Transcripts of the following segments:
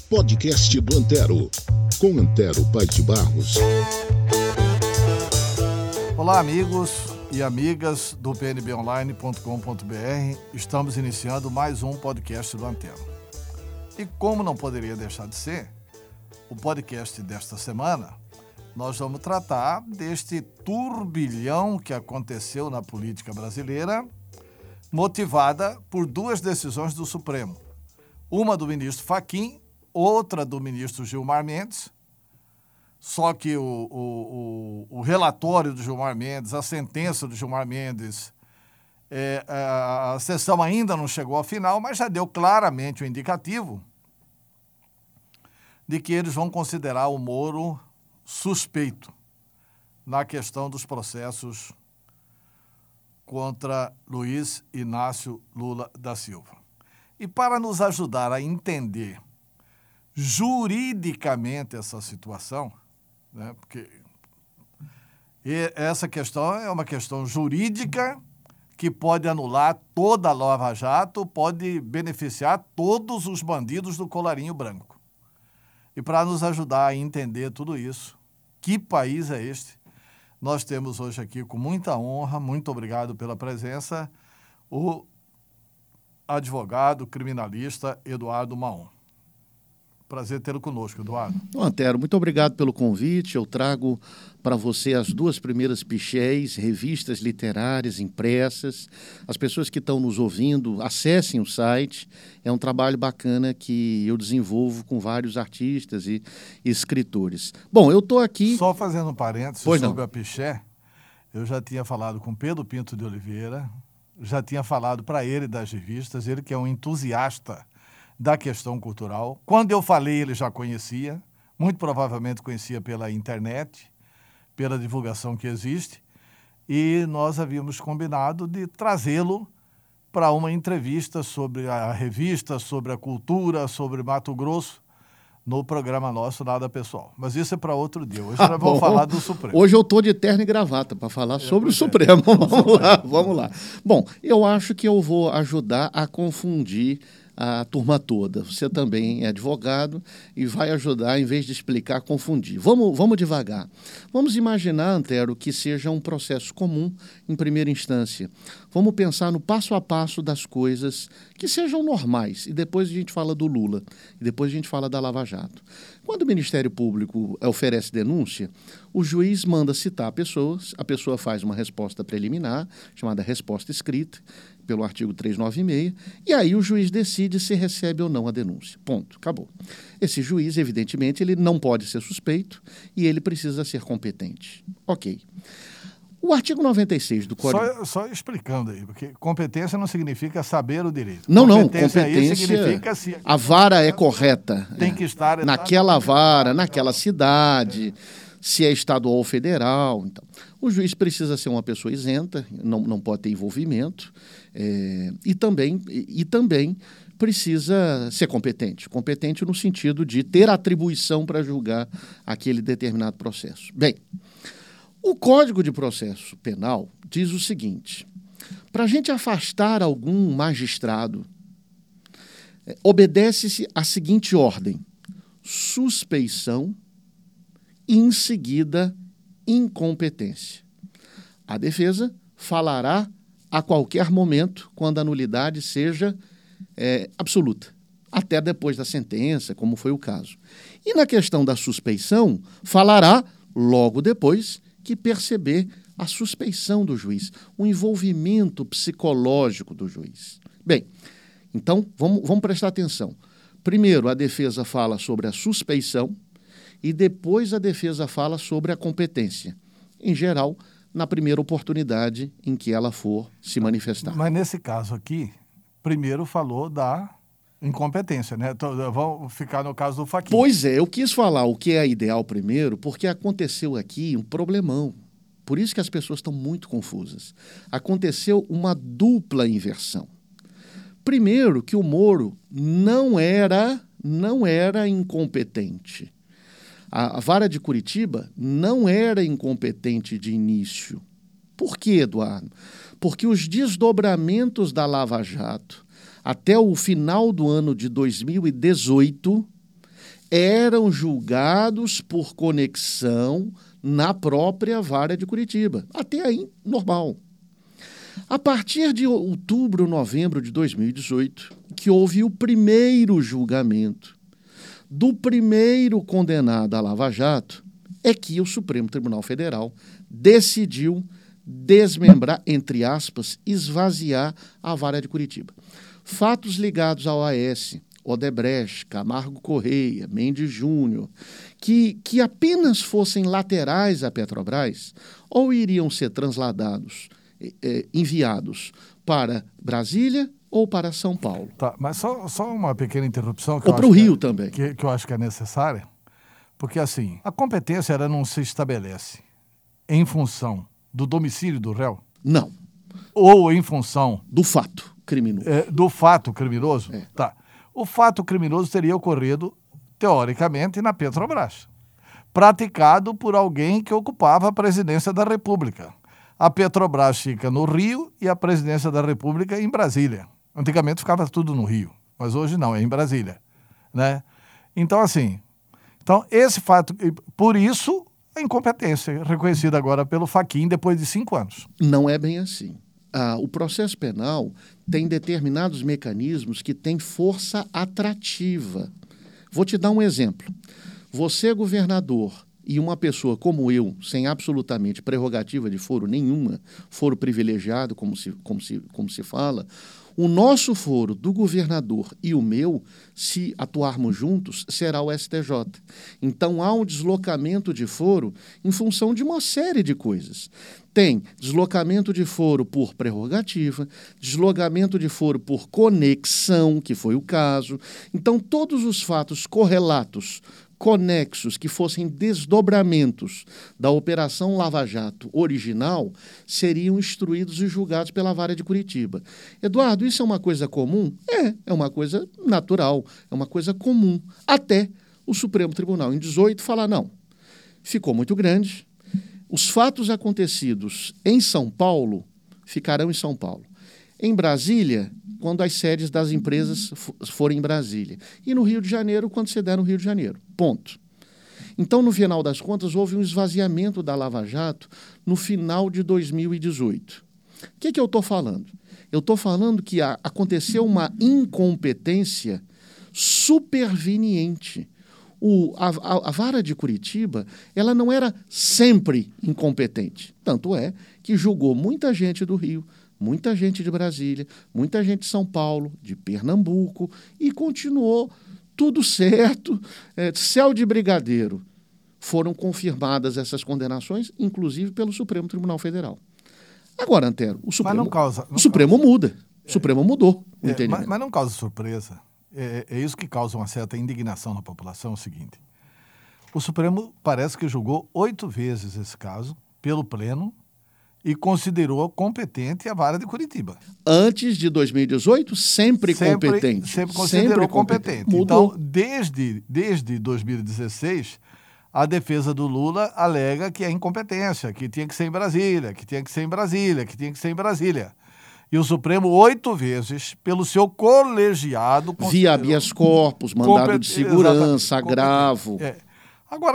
Podcast do Antero, com Antero Paes de Barros. Olá, amigos e amigas do pnbonline.com.br. Estamos iniciando mais um podcast do Antero. E como não poderia deixar de ser, o podcast desta semana, nós vamos tratar deste turbilhão que aconteceu na política brasileira, motivada por duas decisões do Supremo. Uma do ministro Fachin, outra do ministro Gilmar Mendes. Só que o relatório do Gilmar Mendes, a sentença do Gilmar Mendes, a sessão ainda não chegou ao final, mas já deu claramente o indicativo de que eles vão considerar o Moro suspeito na questão dos processos contra Luiz Inácio Lula da Silva. E para nos ajudar a entender juridicamente essa situação, né, porque essa questão é uma questão jurídica que pode anular toda a Lava Jato, pode beneficiar todos os bandidos do colarinho branco. E para nos ajudar a entender tudo isso, que país é este? Nós temos hoje aqui, com muita honra, muito obrigado pela presença, o advogado criminalista Eduardo Mahon. Prazer tê-lo conosco, Eduardo. Antero, muito obrigado pelo convite. Eu trago para você as duas primeiras pichés, revistas literárias impressas. As pessoas que estão nos ouvindo, acessem o site. É um trabalho bacana que eu desenvolvo com vários artistas e escritores. Bom, eu estou aqui... Só fazendo um parênteses sobre a piché, eu já tinha falado com Pedro Pinto de Oliveira, já tinha falado para ele das revistas, ele que é um entusiasta da questão cultural. Quando eu falei, ele já conhecia, muito provavelmente conhecia pela internet, pela divulgação que existe, e nós havíamos combinado de trazê-lo para uma entrevista sobre a revista, sobre a cultura, sobre Mato Grosso, no programa nosso Nada Pessoal. Mas isso é para outro dia. Hoje nós vamos falar do Supremo. Hoje eu estou de terno e gravata para falar sobre o Supremo. Vamos lá. Bom, eu acho que eu vou ajudar a confundir a turma toda. Você também é advogado e vai ajudar, em vez de explicar, a confundir. Vamos devagar. Vamos imaginar, Antero, que seja um processo comum em primeira instância. Vamos pensar no passo a passo das coisas que sejam normais. E depois a gente fala do Lula. E depois a gente fala da Lava Jato. Quando o Ministério Público oferece denúncia, o juiz manda citar pessoas, a pessoa faz uma resposta preliminar, chamada resposta escrita, pelo artigo 396, e aí o juiz decide se recebe ou não a denúncia. Ponto. Acabou. Esse juiz, evidentemente, ele não pode ser suspeito e ele precisa ser competente. Ok. O artigo 96 do Código... Só explicando aí, porque competência não significa saber o direito. Não, competência aí significa se a vara é correta. Tem que estar... naquela vara, naquela cidade... se é estadual ou federal. Então, o juiz precisa ser uma pessoa isenta, não pode ter envolvimento, e também precisa ser competente. Competente no sentido de ter atribuição para julgar aquele determinado processo. Bem, o Código de Processo Penal diz o seguinte: para a gente afastar algum magistrado, obedece-se à seguinte ordem: suspeição, e, em seguida, incompetência. A defesa falará a qualquer momento quando a nulidade seja absoluta, até depois da sentença, como foi o caso. E na questão da suspeição, falará logo depois que perceber a suspeição do juiz, o envolvimento psicológico do juiz. Bem, então vamos prestar atenção. Primeiro, a defesa fala sobre a suspeição, e depois a defesa fala sobre a competência, em geral, na primeira oportunidade em que ela for se manifestar. Mas nesse caso aqui, primeiro falou da incompetência, né? Então, vamos ficar no caso do Fachin. Pois é, eu quis falar o que é ideal primeiro, porque aconteceu aqui um problemão. Por isso que as pessoas estão muito confusas. Aconteceu uma dupla inversão. Primeiro, que o Moro não era incompetente. A vara de Curitiba não era incompetente de início. Por quê, Eduardo? Porque os desdobramentos da Lava Jato até o final do ano de 2018 eram julgados por conexão na própria vara de Curitiba. Até aí, normal. A partir de outubro, novembro de 2018, que houve o primeiro julgamento do primeiro condenado à Lava Jato, é que o Supremo Tribunal Federal decidiu desmembrar, entre aspas, esvaziar a vara de Curitiba. Fatos ligados ao AS, Odebrecht, Camargo Correia, Mendes Júnior, que apenas fossem laterais à Petrobras, ou iriam ser transladados, enviados para Brasília ou para São Paulo. Tá, mas só uma pequena interrupção. Ou para o Rio também. Que eu acho que é necessária, porque assim, a competência ela não se estabelece em função do domicílio do réu? Não. Ou em função... do fato criminoso. Do fato criminoso? É. Tá. O fato criminoso teria ocorrido, teoricamente, na Petrobras, praticado por alguém que ocupava a presidência da República. A Petrobras fica no Rio e a presidência da República em Brasília. Antigamente ficava tudo no Rio, mas hoje não, é em Brasília, né? Então, assim, esse fato, por isso, a incompetência reconhecida agora pelo Fachin depois de 5 anos. Não é bem assim. O processo penal tem determinados mecanismos que têm força atrativa. Vou te dar um exemplo. Você, governador, e uma pessoa como eu, sem absolutamente prerrogativa de foro nenhuma, foro privilegiado, como se fala, o nosso foro do governador e o meu, se atuarmos juntos, será o STJ. Então, há um deslocamento de foro em função de uma série de coisas. Tem deslocamento de foro por prerrogativa, deslocamento de foro por conexão, que foi o caso. Então, todos os fatos correlatos, conexos, que fossem desdobramentos da Operação Lava Jato original, seriam instruídos e julgados pela vara de Curitiba. Eduardo, isso é uma coisa comum? É uma coisa natural, é uma coisa comum. Até o Supremo Tribunal, em 2018, falar, não, ficou muito grande, os fatos acontecidos em São Paulo ficarão em São Paulo. Em Brasília, quando as sedes das empresas forem em Brasília. E no Rio de Janeiro, quando se der no Rio de Janeiro. Ponto. Então, no final das contas, houve um esvaziamento da Lava Jato no final de 2018. O que eu estou falando? Eu estou falando que aconteceu uma incompetência superveniente. A vara de Curitiba, ela não era sempre incompetente. Tanto é que julgou muita gente do Rio, muita gente de Brasília, muita gente de São Paulo, de Pernambuco, e continuou tudo certo, céu de brigadeiro. Foram confirmadas essas condenações, inclusive pelo Supremo Tribunal Federal. Agora, Antero, o Supremo muda. O Supremo mudou o entendimento. Mas não causa surpresa. É isso que causa uma certa indignação na população, é o seguinte. O Supremo parece que julgou 8 vezes esse caso pelo Pleno, e considerou competente a vara de Curitiba. Antes de 2018, sempre competente. Sempre considerou competente. Mudou. Então, desde 2016, a defesa do Lula alega que é incompetência, que tinha que ser em Brasília, que tinha que ser em Brasília, que tinha que ser em Brasília. E o Supremo, 8 vezes, pelo seu colegiado... via habeas corpus, mandado de segurança, agravo. Agora...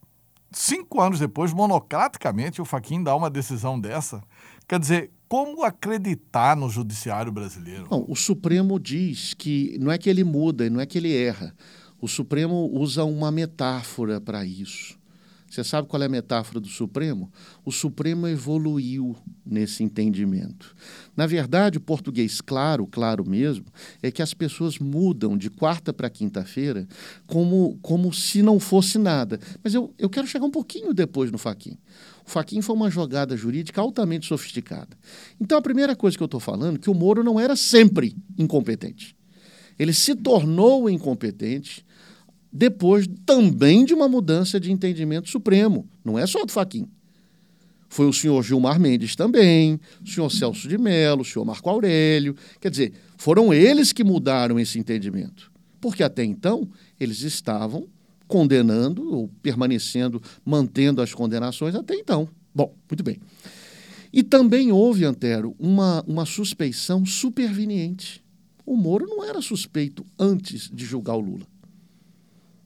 5 anos depois, monocraticamente, o Fachin dá uma decisão dessa. Quer dizer, como acreditar no judiciário brasileiro? Não, o Supremo diz que não é que ele muda, não é que ele erra. O Supremo usa uma metáfora para isso. Você sabe qual é a metáfora do Supremo? O Supremo evoluiu nesse entendimento. Na verdade, o português claro mesmo, é que as pessoas mudam de quarta para quinta-feira como se não fosse nada. Mas eu quero chegar um pouquinho depois no Fachin. O Fachin foi uma jogada jurídica altamente sofisticada. Então, a primeira coisa que eu estou falando é que o Moro não era sempre incompetente. Ele se tornou incompetente depois também de uma mudança de entendimento supremo. Não é só do Fachin. Foi o senhor Gilmar Mendes também, o senhor Celso de Mello, o senhor Marco Aurélio. Quer dizer, foram eles que mudaram esse entendimento. Porque até então, eles estavam condenando ou permanecendo, mantendo as condenações até então. Bom, muito bem. E também houve, Antero, uma suspeição superveniente. O Moro não era suspeito antes de julgar o Lula.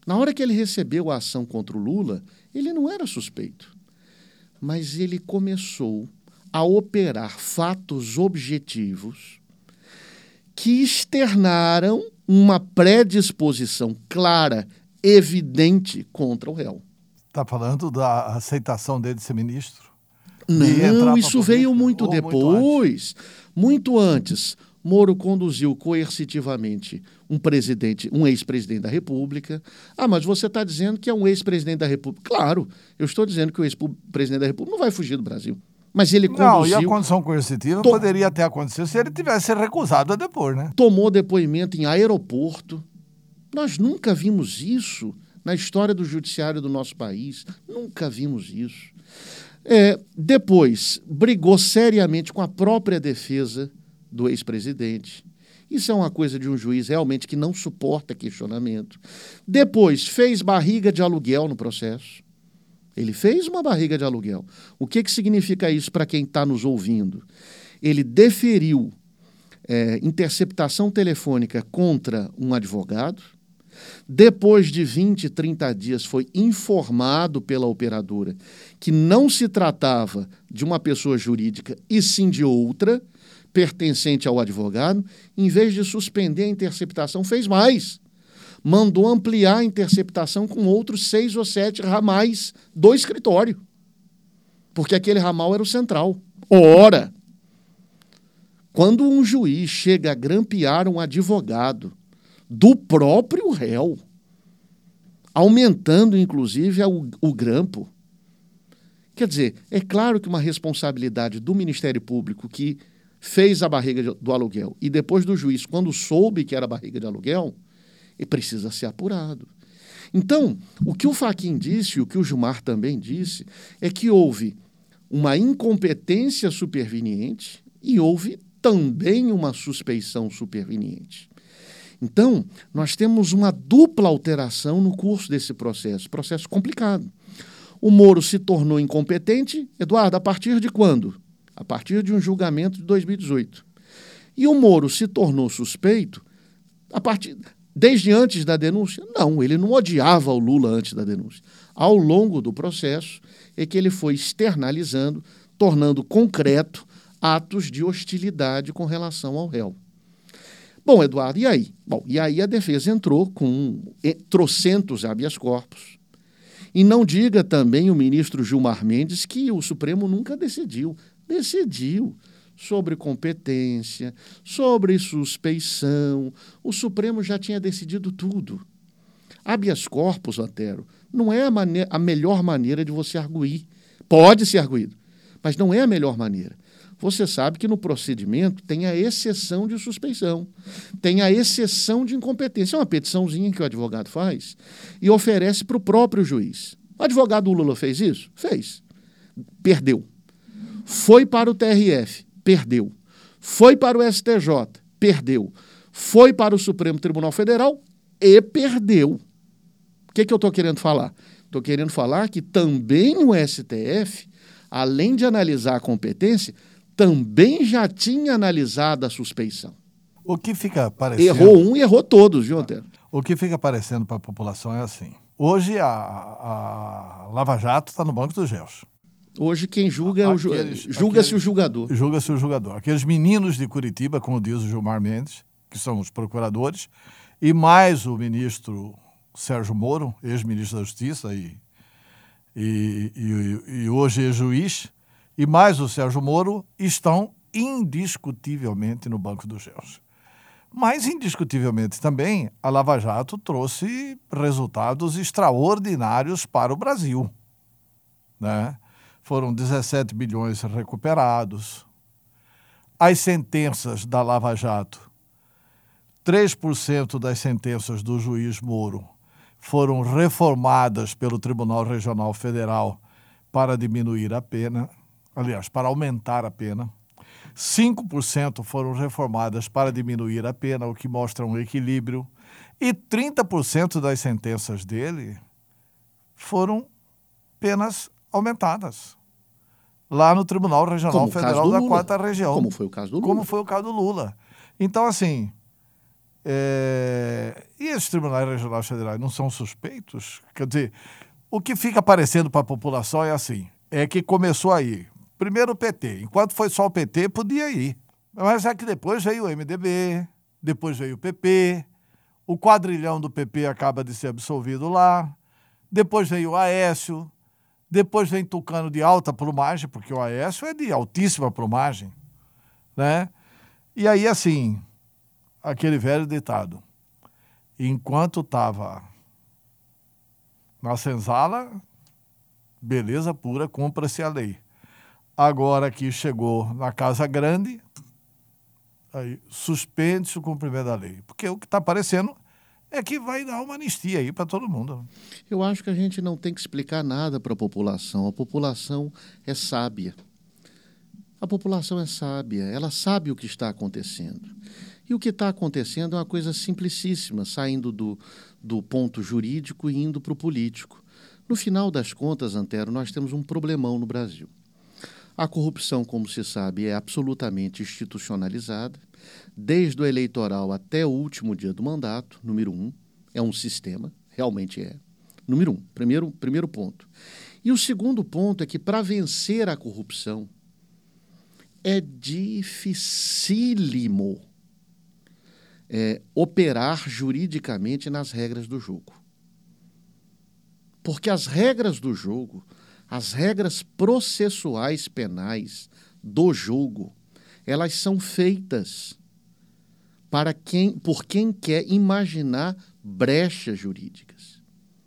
Na hora que ele recebeu a ação contra o Lula, ele não era suspeito. Mas ele começou a operar fatos objetivos que externaram uma predisposição clara, evidente contra o réu. Está falando da aceitação dele de ser ministro? Não, isso veio muito depois, muito antes. Moro conduziu coercitivamente um ex-presidente da República. Ah, mas você está dizendo que é um ex-presidente da República. Claro, eu estou dizendo que o ex-presidente da República não vai fugir do Brasil. Mas ele conduziu... Não, e a condição coercitiva poderia até acontecer se ele tivesse recusado a depor, né? Tomou depoimento em aeroporto. Nós nunca vimos isso na história do judiciário do nosso país. Nunca vimos isso. Depois, brigou seriamente com a própria defesa do ex-presidente. Isso é uma coisa de um juiz realmente que não suporta questionamento. Depois, fez barriga de aluguel no processo. Ele fez uma barriga de aluguel. O que significa isso para quem está nos ouvindo? Ele deferiu interceptação telefônica contra um advogado. Depois de 20, 30 dias, foi informado pela operadora que não se tratava de uma pessoa jurídica e sim de outra, pertencente ao advogado. Em vez de suspender a interceptação, fez mais. Mandou ampliar a interceptação com outros 6 ou 7 ramais do escritório. Porque aquele ramal era o central. Ora, quando um juiz chega a grampear um advogado do próprio réu, aumentando, inclusive, o grampo, quer dizer, é claro que uma responsabilidade do Ministério Público que fez a barriga do aluguel e depois do juiz, quando soube que era barriga de aluguel, precisa ser apurado. Então, o que o Fachin disse, e o que o Gilmar também disse, é que houve uma incompetência superveniente e houve também uma suspeição superveniente. Então, nós temos uma dupla alteração no curso desse processo complicado. O Moro se tornou incompetente, Eduardo, a partir de quando? A partir de um julgamento de 2018. E o Moro se tornou suspeito desde antes da denúncia? Não, ele não odiava o Lula antes da denúncia. Ao longo do processo é que ele foi externalizando, tornando concreto atos de hostilidade com relação ao réu. Bom, Eduardo, e aí? Bom, e aí a defesa entrou com trocentos habeas corpus. E não diga também o ministro Gilmar Mendes que o Supremo nunca decidiu. Decidiu sobre competência, sobre suspeição. O Supremo já tinha decidido tudo. Habeas corpus, Antero, não é a melhor maneira de você arguir. Pode ser arguído, mas não é a melhor maneira. Você sabe que no procedimento tem a exceção de suspeição, tem a exceção de incompetência. É uma petiçãozinha que o advogado faz e oferece para o próprio juiz. O advogado Lula fez isso? Fez. Perdeu. Foi para o TRF, perdeu. Foi para o STJ, perdeu. Foi para o Supremo Tribunal Federal e perdeu. O que eu estou querendo falar? Estou querendo falar que também o STF, além de analisar a competência, também já tinha analisado a suspeição. O que fica parecendo... Errou um e errou todos, viu, Antero? O que fica parecendo para a população é assim. Hoje a Lava Jato está no banco dos réus. Hoje quem julga julga-se o julgador. Julga-se o julgador. Aqueles meninos de Curitiba, como diz o Gilmar Mendes, que são os procuradores, e mais o ministro Sérgio Moro, ex-ministro da Justiça e hoje ex-juiz, e mais o Sérgio Moro, estão indiscutivelmente no banco dos réus. Mas, indiscutivelmente também, a Lava Jato trouxe resultados extraordinários para o Brasil, né? Foram 17 bilhões recuperados. As sentenças da Lava Jato, 3% das sentenças do juiz Moro foram reformadas pelo Tribunal Regional Federal para diminuir a pena, aliás, para aumentar a pena. 5% foram reformadas para diminuir a pena, o que mostra um equilíbrio. E 30% das sentenças dele foram penas aumentadas lá no Tribunal Regional Federal da 4ª Região. Como foi o caso do Lula. Como foi o caso do Lula. Então, assim, E esses tribunais regionais federais não são suspeitos? Quer dizer, o que fica aparecendo para a população é assim, é que começou aí. Primeiro o PT, enquanto foi só o PT, podia ir. Mas é que depois veio o MDB, depois veio o PP, o quadrilhão do PP acaba de ser absolvido lá, depois veio o Aécio, depois vem Tucano de alta plumagem, porque o Aécio é de altíssima plumagem, né? E aí, assim, aquele velho ditado, enquanto estava na senzala, beleza pura, cumpra-se a lei. Agora que chegou na Casa Grande, aí suspende-se o cumprimento da lei. Porque o que está aparecendo é que vai dar uma anistia aí para todo mundo. Eu acho que a gente não tem que explicar nada para a população é sábia. A população é sábia, ela sabe o que está acontecendo. E o que está acontecendo é uma coisa simplicíssima, saindo do ponto jurídico e indo para o político. No final das contas, Antero, nós temos um problemão no Brasil. A corrupção, como se sabe, é absolutamente institucionalizada, desde o eleitoral até o último dia do mandato, número 1, é um sistema, realmente é. Número 1, primeiro ponto. E o segundo ponto é que, para vencer a corrupção, é dificílimo operar juridicamente nas regras do jogo. Porque as regras do jogo, as regras processuais penais do jogo, elas são feitas por quem quer imaginar brechas jurídicas.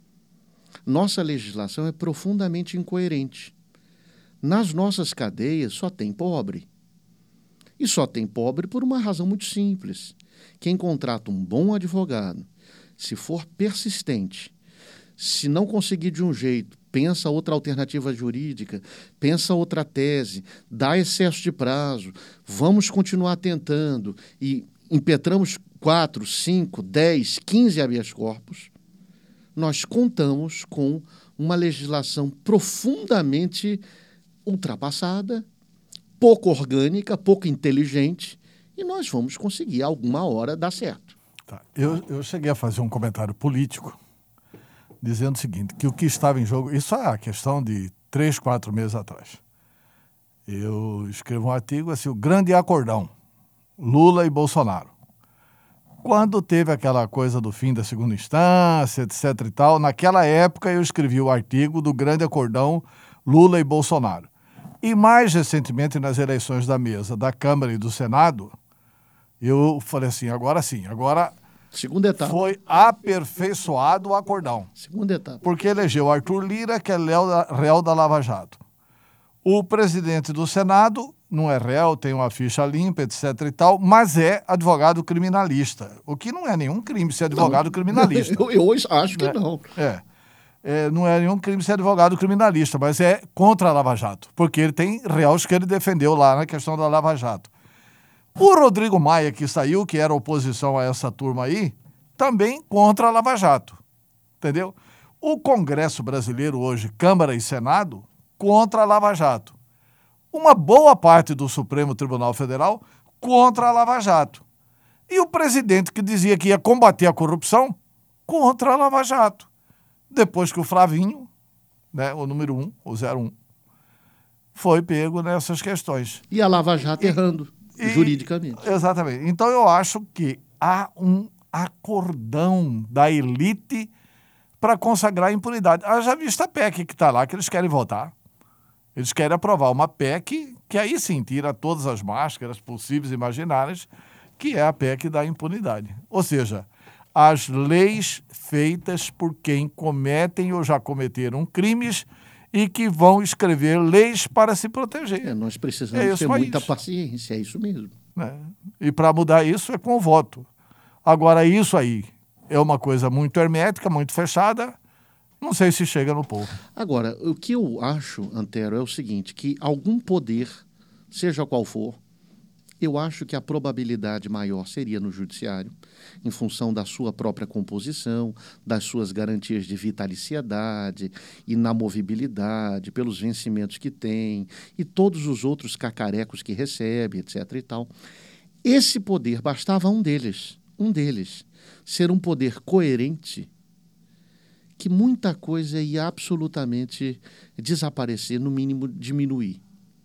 Nossa legislação é profundamente incoerente. Nas nossas cadeias só tem pobre. E só tem pobre por uma razão muito simples. Quem contrata um bom advogado, se for persistente, se não conseguir de um jeito, pensa outra alternativa jurídica, pensa outra tese, dá excesso de prazo, vamos continuar tentando e impetramos 4, 5, 10, 15 habeas corpus, nós contamos com uma legislação profundamente ultrapassada, pouco orgânica, pouco inteligente, e nós vamos conseguir alguma hora dar certo. Tá. Eu cheguei a fazer um comentário político dizendo o seguinte, que o que estava em jogo, isso é a questão de 3, 4 meses atrás. Eu escrevo um artigo assim, o grande acordão, Lula e Bolsonaro. Quando teve aquela coisa do fim da segunda instância, etc. e tal, naquela época eu escrevi o artigo do grande acordão Lula e Bolsonaro. E mais recentemente, nas eleições da mesa da Câmara e do Senado, eu falei assim, agora sim, agora segunda etapa. Foi aperfeiçoado o acordão. Segunda etapa. Porque elegeu Arthur Lira, que é réu da Lava Jato. O presidente do Senado não é réu, tem uma ficha limpa, etc. e tal, mas é advogado criminalista. O que não é nenhum crime ser advogado criminalista. Eu acho que não. Não é nenhum crime ser advogado criminalista, mas é contra a Lava Jato, porque ele tem réus que ele defendeu lá na questão da Lava Jato. O Rodrigo Maia, que saiu, que era oposição a essa turma aí, também contra a Lava Jato, entendeu? O Congresso brasileiro hoje, Câmara e Senado, contra a Lava Jato. Uma boa parte do Supremo Tribunal Federal contra a Lava Jato. E o presidente que dizia que ia combater a corrupção, contra a Lava Jato. Depois que o Flavinho, né, o número 1, o 01, foi pego nessas questões. E a Lava Jato errando. Juridicamente. Exatamente. Então, eu acho que há um acordão da elite para consagrar a impunidade. Já vista a PEC que está lá, que eles querem votar. Eles querem aprovar uma PEC que aí sim tira todas as máscaras possíveis e imaginárias, que é a PEC da impunidade. Ou seja, as leis feitas por quem cometem ou já cometeram crimes e que vão escrever leis para se proteger. Nós precisamos ter muita paciência, é isso mesmo. E para mudar isso é com o voto. Agora, isso aí é uma coisa muito hermética, muito fechada, não sei se chega no povo. Agora, o que eu acho, Antero, é o seguinte, que algum poder, seja qual for, eu acho que a probabilidade maior seria no judiciário, em função da sua própria composição, das suas garantias de vitaliciedade, inamovibilidade, pelos vencimentos que tem e todos os outros cacarecos que recebe, etc. e tal. Esse poder, bastava um deles, ser um poder coerente, que muita coisa ia absolutamente desaparecer, no mínimo diminuir.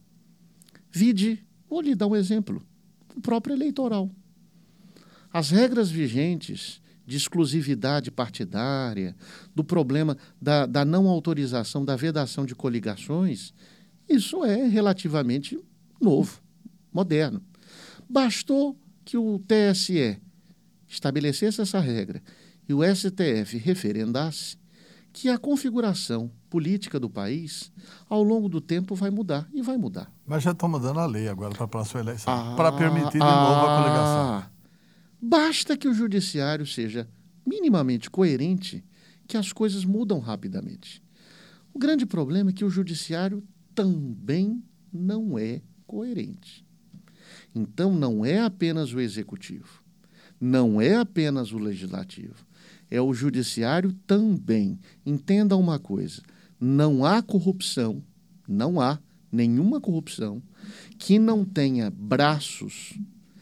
Vou lhe dar um exemplo, o próprio eleitoral. As regras vigentes de exclusividade partidária, do problema da não autorização, da vedação de coligações, isso é relativamente novo, moderno. Bastou que o TSE estabelecesse essa regra e o STF referendasse, que a configuração política do país, ao longo do tempo, vai mudar, e vai mudar. Mas já estão mudando a lei agora para a próxima eleição, para permitir de novo a coligação. Basta que o judiciário seja minimamente coerente, que as coisas mudam rapidamente. O grande problema é que o judiciário também não é coerente. Então, não é apenas o executivo, não é apenas o legislativo, é o judiciário também. Entenda uma coisa, não há corrupção, não há nenhuma corrupção que não tenha braços,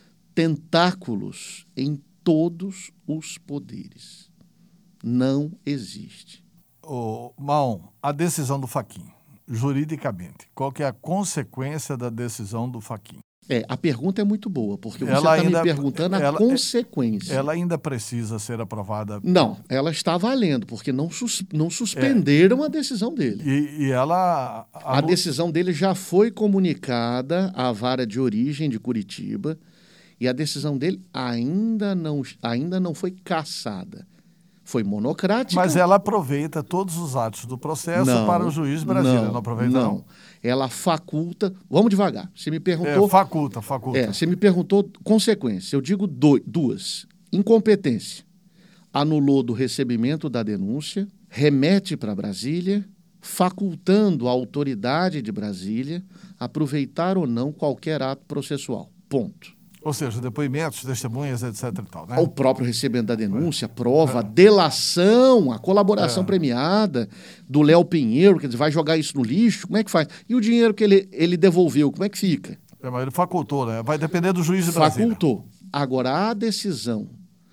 tentáculos em todos os poderes. Não existe. Maon, a decisão do Fachin, juridicamente, qual que é a consequência da decisão do Fachin? A pergunta é muito boa, porque você está me perguntando a consequência. Ela ainda precisa ser aprovada? Não, ela está valendo, porque não suspenderam a decisão dele. E ela... A decisão dele já foi comunicada à vara de origem de Curitiba, e a decisão dele ainda não foi cassada. Foi monocrática. Mas ela aproveita todos os atos do processo para o juiz de Brasília, não aproveita? Não. Ela faculta... Vamos devagar. Você me perguntou... Faculta. Você me perguntou consequência. Eu digo duas. Incompetência. Anulou do recebimento da denúncia, remete para Brasília, facultando a autoridade de Brasília aproveitar ou não qualquer ato processual. Ponto. Ou seja, depoimentos, testemunhas, etc. e tal, né? O próprio recebimento da denúncia, prova, delação, a colaboração premiada do Léo Pinheiro, quer dizer, vai jogar isso no lixo, como é que faz? E o dinheiro que ele devolveu, como é que fica? Mas ele facultou, né? Vai depender do juiz de Brasília. Facultou. Agora, a decisão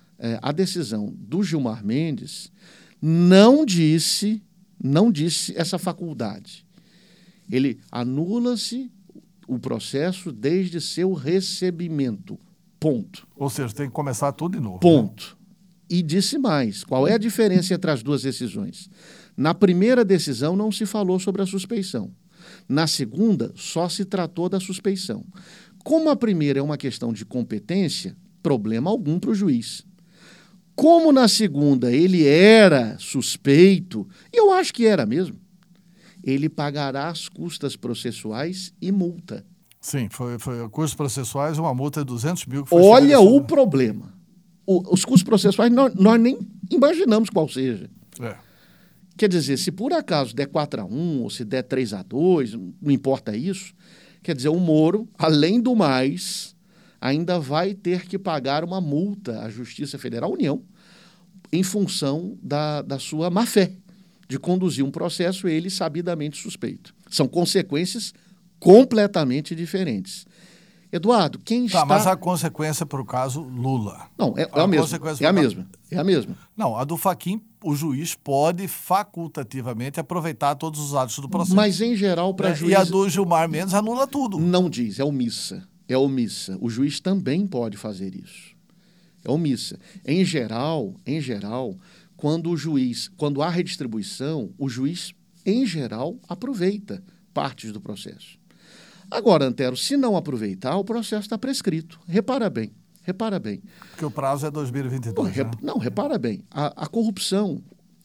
do Gilmar Mendes não disse essa faculdade. Ele anula-se o processo desde seu recebimento. Ponto. Ou seja, tem que começar tudo de novo. Ponto. Né? E disse mais. Qual é a diferença entre as duas decisões? Na primeira decisão não se falou sobre a suspeição. Na segunda, só se tratou da suspeição. Como a primeira é uma questão de competência, problema algum para o juiz. Como na segunda ele era suspeito, e eu acho que era mesmo, ele pagará as custas processuais e multa. Sim, foi custos processuais, uma multa de 200 mil. Olha o problema. Os custos processuais nós nem imaginamos qual seja. Quer dizer, se por acaso der 4-1 ou se der 3-2, não importa isso, quer dizer, o Moro, além do mais, ainda vai ter que pagar uma multa à Justiça Federal, União, em função da sua má-fé de conduzir um processo, ele sabidamente suspeito. São consequências completamente diferentes. Eduardo, quem está... Mas a consequência para o caso Lula... Não, é a mesma. Não, a do Fachin, o juiz pode facultativamente aproveitar todos os atos do processo. Mas, em geral, para juiz... E a do Gilmar Mendes anula tudo. Não diz, é omissa. O juiz também pode fazer isso. É omissa. Em geral... Quando há redistribuição, o juiz, em geral, aproveita partes do processo. Agora, Antero, se não aproveitar, o processo está prescrito. Repara bem. Porque o prazo é 2022, né? Não, repara bem. A corrupção,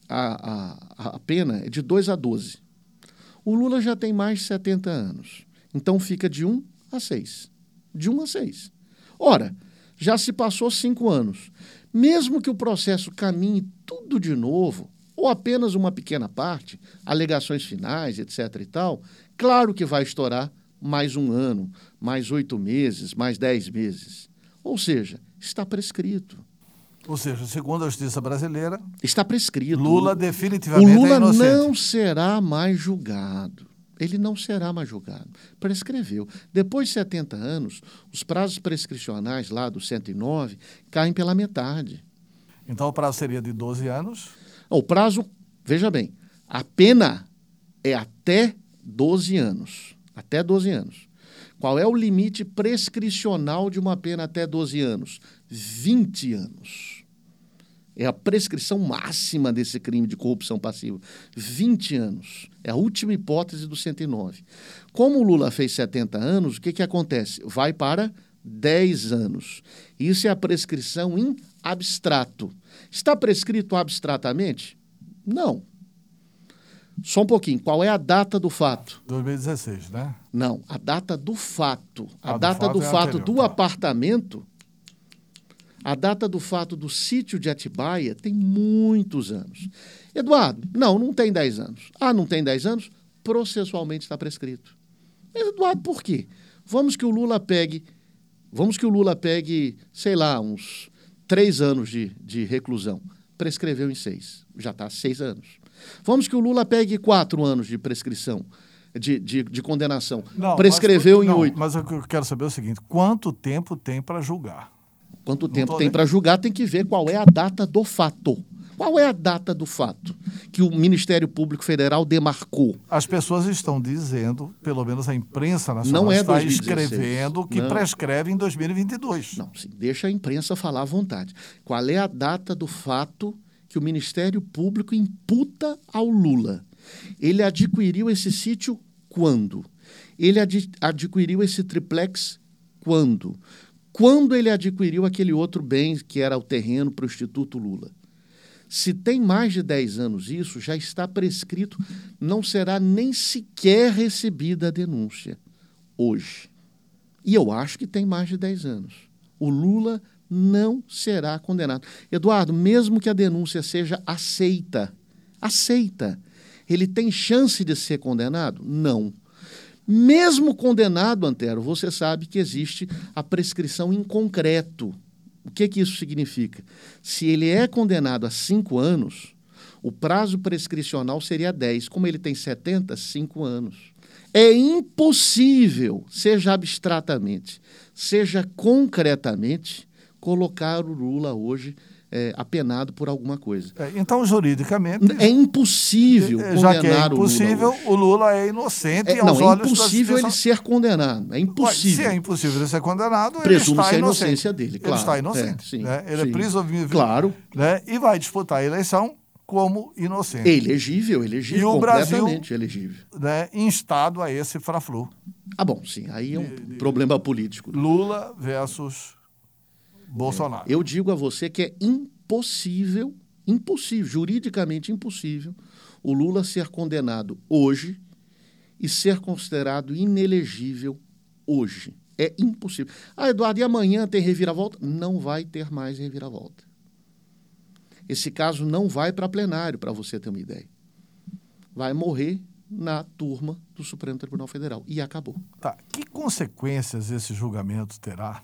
a pena é de 2 a 12. O Lula já tem mais de 70 anos. Então, fica de 1 a 6. De 1 a 6. Ora, já se passou 5 anos. Mesmo que o processo caminhe tudo de novo, ou apenas uma pequena parte, alegações finais, etc. e tal, claro que vai estourar mais 1 ano, mais 8 meses, mais 10 meses. Ou seja, está prescrito. Ou seja, segundo a justiça brasileira... Está prescrito. Lula definitivamente é inocente. O Lula não será mais julgado. Ele não será mais julgado. Prescreveu. Depois de 70 anos, os prazos prescricionais lá do 109 caem pela metade. Então o prazo seria de 12 anos? O prazo, veja bem, a pena é até 12 anos. Até 12 anos. Qual é o limite prescricional de uma pena até 12 anos? 20 anos. É a prescrição máxima desse crime de corrupção passiva. 20 anos. É a última hipótese do 109. Como o Lula fez 70 anos, o que acontece? Vai para 10 anos. Isso é a prescrição em abstrato. Está prescrito abstratamente? Não. Só um pouquinho. Qual é a data do fato? 2016, né? Não. A data do fato. A do data do fato anterior, do tá. apartamento... A data do fato do sítio de Atibaia tem muitos anos. Eduardo, não tem 10 anos. Não tem 10 anos? Processualmente está prescrito. Mas, Eduardo, por quê? Vamos que o Lula pegue, sei lá, uns 3 anos de reclusão. Prescreveu em 6. Já está 6 anos. Vamos que o Lula pegue 4 anos de prescrição, de condenação. Prescreveu em 8. Mas o que eu quero saber é o seguinte, quanto tempo tem para julgar? Quanto tempo tem para julgar, tem que ver qual é a data do fato. Qual é a data do fato que o Ministério Público Federal demarcou? As pessoas estão dizendo, pelo menos a imprensa nacional Não é está 2016. escrevendo que prescreve em 2022. Não, sim, deixa a imprensa falar à vontade. Qual é a data do fato que o Ministério Público imputa ao Lula? Ele adquiriu esse sítio quando? Ele adquiriu esse triplex quando? Quando ele adquiriu aquele outro bem que era o terreno para o Instituto Lula. Se tem mais de 10 anos isso, já está prescrito, não será nem sequer recebida a denúncia hoje. E eu acho que tem mais de 10 anos. O Lula não será condenado. Eduardo, mesmo que a denúncia seja aceita, ele tem chance de ser condenado? Não. Mesmo condenado, Antero, você sabe que existe a prescrição em concreto. O que isso significa? Se ele é condenado a 5 anos, o prazo prescricional seria 10. Como ele tem 70, 5 anos. É impossível, seja abstratamente, seja concretamente, colocar o Lula hoje apenado por alguma coisa. Então, juridicamente... É impossível já que é condenar impossível, o Lula é inocente aos olhos da impossível ele ser condenado. É impossível. Se é impossível ele ser condenado, Presume-se ele está a inocente. inocência dele, claro. Ele está inocente. Sim, né? Ele sim. é presumido. Claro. Né? E vai disputar a eleição como inocente. Elegível, e o completamente Brasil, elegível. Né, instado a esse fla-flu. Bom, sim, aí é um problema político. Lula versus Bolsonaro. Eu digo a você que é impossível, juridicamente impossível, o Lula ser condenado hoje e ser considerado inelegível hoje. É impossível. Eduardo, e amanhã tem reviravolta? Não vai ter mais reviravolta. Esse caso não vai para plenário, para você ter uma ideia. Vai morrer na turma do Supremo Tribunal Federal. E acabou. Tá. Que consequências esse julgamento terá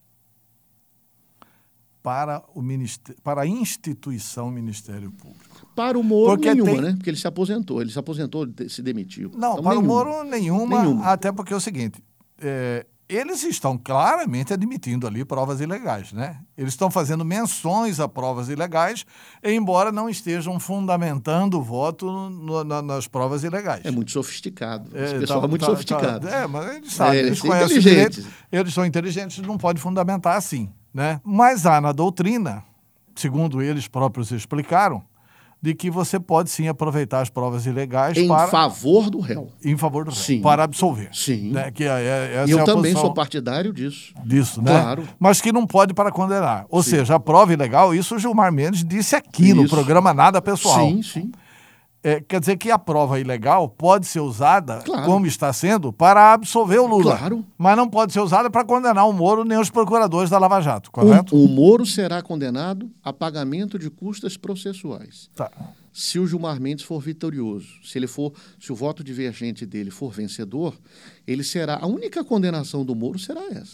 para a instituição Ministério Público? Para o Moro, nenhuma, né? Porque ele se aposentou, se demitiu. Não, então, para o Moro, nenhuma. Até porque é o seguinte, eles estão claramente admitindo ali provas ilegais, né? Eles estão fazendo menções a provas ilegais, embora não estejam fundamentando o voto nas provas ilegais. É muito sofisticado. Esse pessoal é muito sofisticado. Mas eles sabem, eles conhecem o direito, eles são inteligentes, não pode fundamentar assim, né? Mas há na doutrina, segundo eles próprios explicaram, de que você pode sim aproveitar as provas ilegais em favor do réu. Em favor do réu, sim. Para absolver. Sim. Né? Que eu também sou partidário disso. Disso, né? Claro. Mas que não pode para condenar. Ou seja, a prova ilegal, isso o Gilmar Mendes disse aqui no programa Nada Pessoal. Sim, sim. Quer dizer que a prova ilegal pode ser usada, como está sendo, para absolver o Lula. Claro. Mas não pode ser usada para condenar o Moro nem os procuradores da Lava Jato, correto? O Moro será condenado a pagamento de custas processuais. Tá. Se o Gilmar Mendes for vitorioso, se o voto divergente dele for vencedor, ele será... A única condenação do Moro será essa.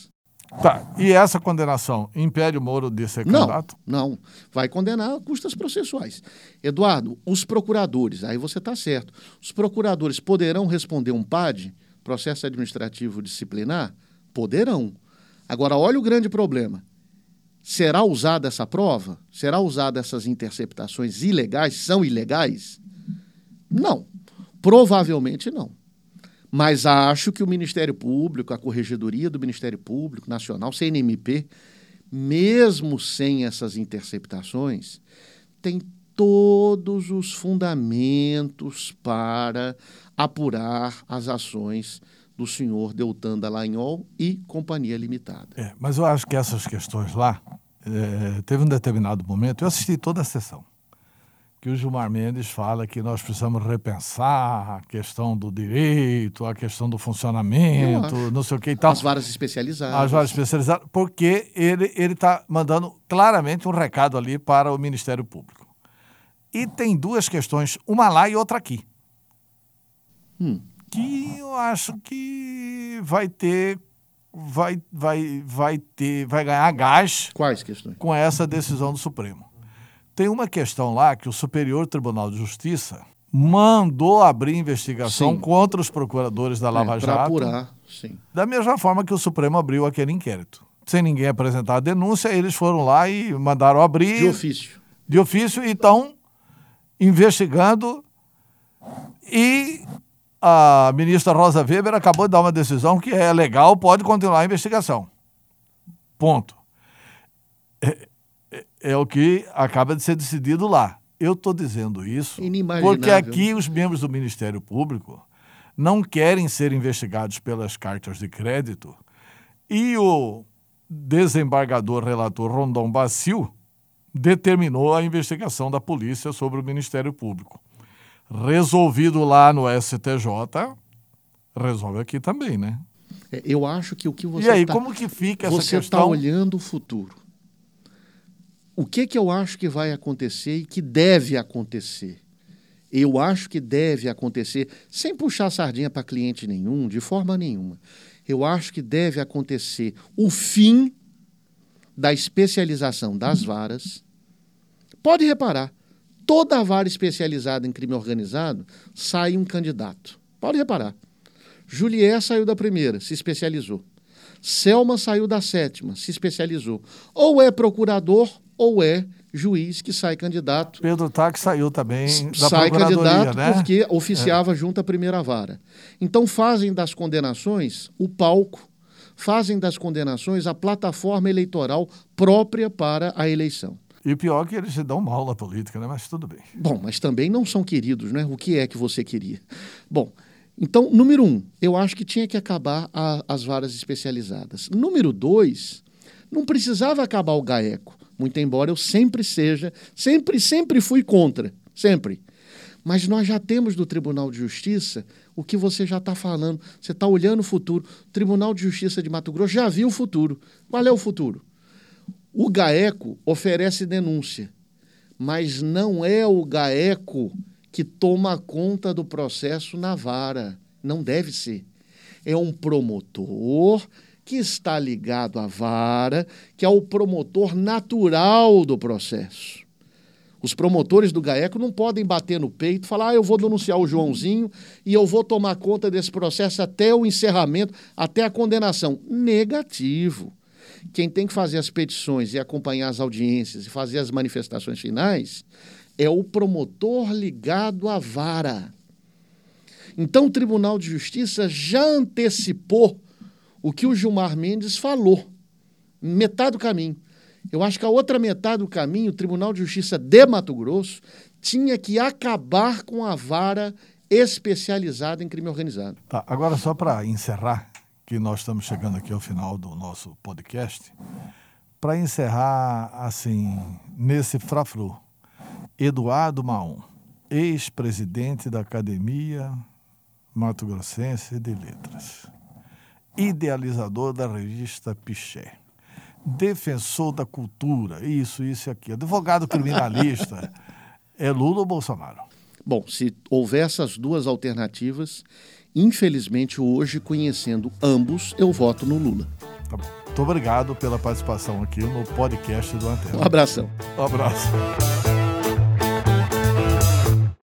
Tá, e essa condenação impede o Moro de ser candidato? Não. Vai condenar a custas processuais. Eduardo, os procuradores, aí você está certo, os procuradores poderão responder um PAD, processo administrativo disciplinar? Poderão. Agora, olha o grande problema. Será usada essa prova? Será usada essas interceptações ilegais? São ilegais? Não. Provavelmente não. Mas acho que o Ministério Público, a Corregedoria do Ministério Público Nacional, CNMP, mesmo sem essas interceptações, tem todos os fundamentos para apurar as ações do senhor Deltan Dallagnol e Companhia Limitada. Mas eu acho que essas questões lá, teve um determinado momento, eu assisti toda a sessão, que o Gilmar Mendes fala que nós precisamos repensar a questão do direito, a questão do funcionamento, não sei o que e tal. As varas especializadas. As varas especializadas, porque ele está mandando claramente um recado ali para o Ministério Público. E tem duas questões, uma lá e outra aqui. Que eu acho que vai ganhar gás. Quais questões? Com essa decisão do Supremo. Tem uma questão lá que o Superior Tribunal de Justiça mandou abrir investigação contra os procuradores da Lava Jato. Para apurar, sim. Da mesma forma que o Supremo abriu aquele inquérito. Sem ninguém apresentar a denúncia, eles foram lá e mandaram abrir. De ofício. De ofício e estão investigando. E a ministra Rosa Weber acabou de dar uma decisão que é legal, pode continuar a investigação. Ponto. É o que acaba de ser decidido lá. Eu estou dizendo isso porque aqui os membros do Ministério Público não querem ser investigados pelas cartas de crédito e o desembargador relator Rondon Bacil determinou a investigação da polícia sobre o Ministério Público. Resolvido lá no STJ, resolve aqui também, né? Eu acho que o que você... E aí, como que fica essa questão? Você está olhando o futuro. O que eu acho que vai acontecer e que deve acontecer? Eu acho que deve acontecer, sem puxar sardinha para cliente nenhum, de forma nenhuma. Eu acho que deve acontecer o fim da especialização das varas. Pode reparar, toda vara especializada em crime organizado sai um candidato. Pode reparar. Juliet saiu da primeira, se especializou. Selma saiu da sétima, se especializou. Ou é procurador ou é juiz que sai candidato. Pedro Taque saiu também da sai procuradoria, candidato, né? Porque oficiava junto à primeira vara. Então fazem das condenações o palco, fazem das condenações a plataforma eleitoral própria para a eleição. E o pior é que eles se dão mal na política, né? Mas tudo bem. Bom, mas também não são queridos, né? O que é que você queria? Bom, então, número 1, eu acho que tinha que acabar as varas especializadas. Número 2, não precisava acabar o GAECO, muito embora eu sempre fui contra, sempre. Mas nós já temos do Tribunal de Justiça o que você já está falando, você está olhando o futuro. O Tribunal de Justiça de Mato Grosso já viu o futuro. Qual é o futuro? O GAECO oferece denúncia, mas não é o GAECO que toma conta do processo na vara. Não deve ser. É um promotor que está ligado à vara, que é o promotor natural do processo. Os promotores do GAECO não podem bater no peito e falar: eu vou denunciar o Joãozinho e eu vou tomar conta desse processo até o encerramento, até a condenação. Negativo. Quem tem que fazer as petições e acompanhar as audiências e fazer as manifestações finais é o promotor ligado à vara. Então, o Tribunal de Justiça já antecipou o que o Gilmar Mendes falou. Metade do caminho. Eu acho que a outra metade do caminho, o Tribunal de Justiça de Mato Grosso tinha que acabar com a vara especializada em crime organizado. Tá, agora só para encerrar, que nós estamos chegando aqui ao final do nosso podcast, para encerrar, assim, nesse frafru, Eduardo Maon, ex-presidente da Academia Mato Grossense de Letras, idealizador da revista Piché, defensor da cultura, isso e aquilo, advogado criminalista, é Lula ou Bolsonaro? Bom, se houver essas duas alternativas, infelizmente hoje, conhecendo ambos, eu voto no Lula. Tá bom. Muito obrigado pela participação aqui no podcast do Antena. Um abração. Um abraço.